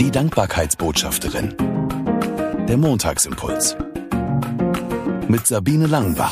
Die Dankbarkeitsbotschafterin. Der Montagsimpuls. Mit Sabine Langenbach.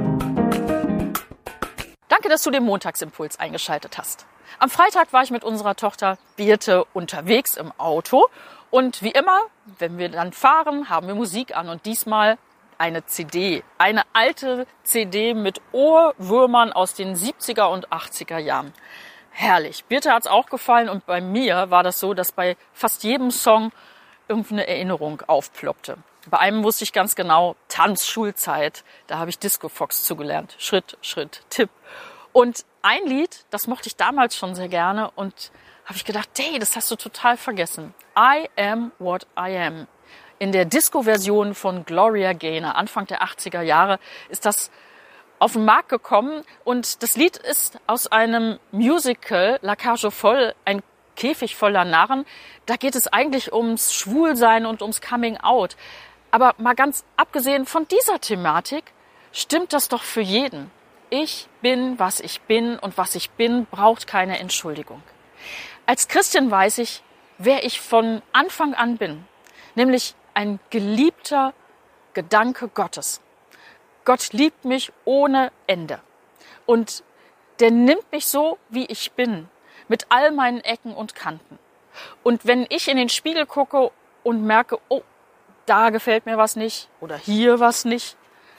Danke, dass du den Montagsimpuls eingeschaltet hast. Am Freitag war ich mit unserer Tochter Birte unterwegs im Auto. Und wie immer, wenn wir dann fahren, haben wir Musik an. Und diesmal eine CD. Eine alte CD mit Ohrwürmern aus den 70er und 80er Jahren. Herrlich. Birte hat's auch gefallen und bei mir war das so, dass bei fast jedem Song irgendeine Erinnerung aufploppte. Bei einem wusste ich ganz genau, Tanzschulzeit, da habe ich Disco Fox zugelernt. Schritt, Schritt, Tipp. Und ein Lied, das mochte ich damals schon sehr gerne und habe ich gedacht, hey, das hast du total vergessen. I Am What I Am. In der Disco-Version von Gloria Gaynor, Anfang der 80er Jahre, ist das auf den Markt gekommen. Und das Lied ist aus einem Musical, La Cage aux Folles, ein Käfig voller Narren. Da geht es eigentlich ums Schwulsein und ums Coming Out. Aber mal ganz abgesehen von dieser Thematik, stimmt das doch für jeden. Ich bin, was ich bin und was ich bin, braucht keine Entschuldigung. Als Christin weiß ich, wer ich von Anfang an bin, nämlich ein geliebter Gedanke Gottes. Gott liebt mich ohne Ende. Und der nimmt mich so, wie ich bin, mit all meinen Ecken und Kanten. Und wenn ich in den Spiegel gucke und merke, oh, da gefällt mir was nicht oder hier was nicht,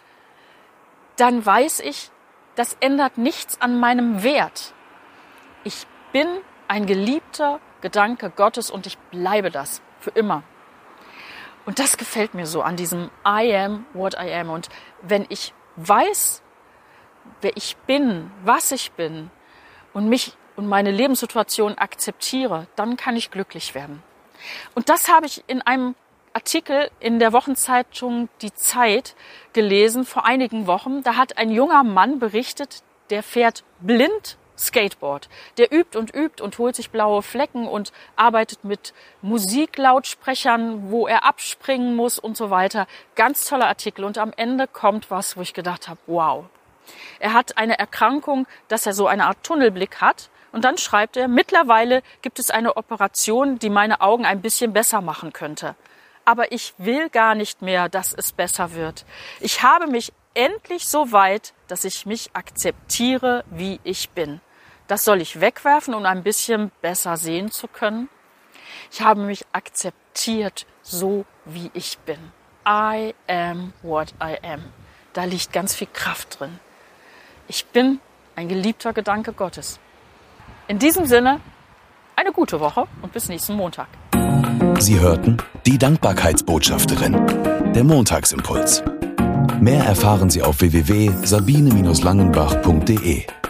dann weiß ich, das ändert nichts an meinem Wert. Ich bin ein geliebter Gedanke Gottes und ich bleibe das für immer. Und das gefällt mir so an diesem I am what I am. Und wenn ich weiß, wer ich bin, was ich bin und mich und meine Lebenssituation akzeptiere, dann kann ich glücklich werden. Und das habe ich in einem Artikel in der Wochenzeitung Die Zeit gelesen vor einigen Wochen. Da hat ein junger Mann berichtet, der fährt blind Skateboard. Der übt und holt sich blaue Flecken und arbeitet mit Musiklautsprechern, wo er abspringen muss und so weiter. Ganz toller Artikel. Und am Ende kommt was, wo ich gedacht habe, wow. Er hat eine Erkrankung, dass er so eine Art Tunnelblick hat. Und dann schreibt er, mittlerweile gibt es eine Operation, die meine Augen ein bisschen besser machen könnte. Aber ich will gar nicht mehr, dass es besser wird. Ich habe mich endlich so weit, dass ich mich akzeptiere, wie ich bin. Das soll ich wegwerfen, um ein bisschen besser sehen zu können. Ich habe mich akzeptiert, so wie ich bin. I am what I am. Da liegt ganz viel Kraft drin. Ich bin ein geliebter Gedanke Gottes. In diesem Sinne, eine gute Woche und bis nächsten Montag. Sie hörten die Dankbarkeitsbotschafterin. Der Montagsimpuls. Mehr erfahren Sie auf www.sabine-langenbach.de.